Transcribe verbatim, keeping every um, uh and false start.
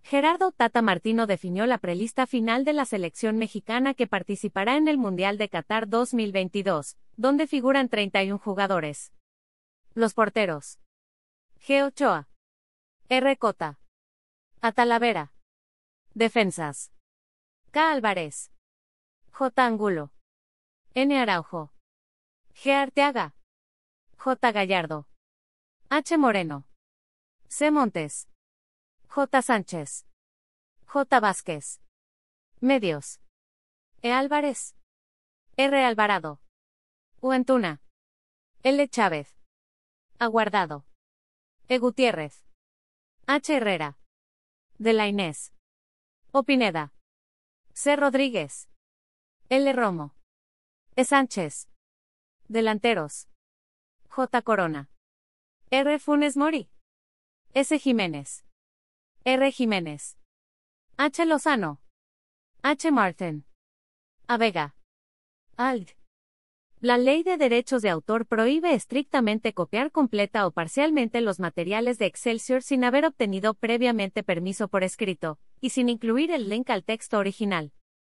Gerardo Tata Martino definió la prelista final de la selección mexicana que participará en el Mundial de Qatar dos mil veintidós, donde figuran treinta y un jugadores. Los porteros: G. Ochoa, R. Cota, A. Talavera. Defensas: K. Álvarez, J. Angulo, N. Araujo, G. Arteaga, J. Gallardo, H. Moreno, C. Montes, J. Sánchez, J. Vázquez. Medios: E. Álvarez, R. Alvarado, U. Antuna, L. Chávez, A. Guardado, E. Gutiérrez, H. Herrera, De la Inés, O. Pineda, C. Rodríguez, L. Romo, E. Sánchez. Delanteros: J. Corona, R. Funes Mori, S. Jiménez, R. Jiménez, H. Lozano, H. Martin, A. Vega. Ald. La Ley de Derechos de Autor prohíbe estrictamente copiar completa o parcialmente los materiales de Excelsior sin haber obtenido previamente permiso por escrito, y sin incluir el link al texto original.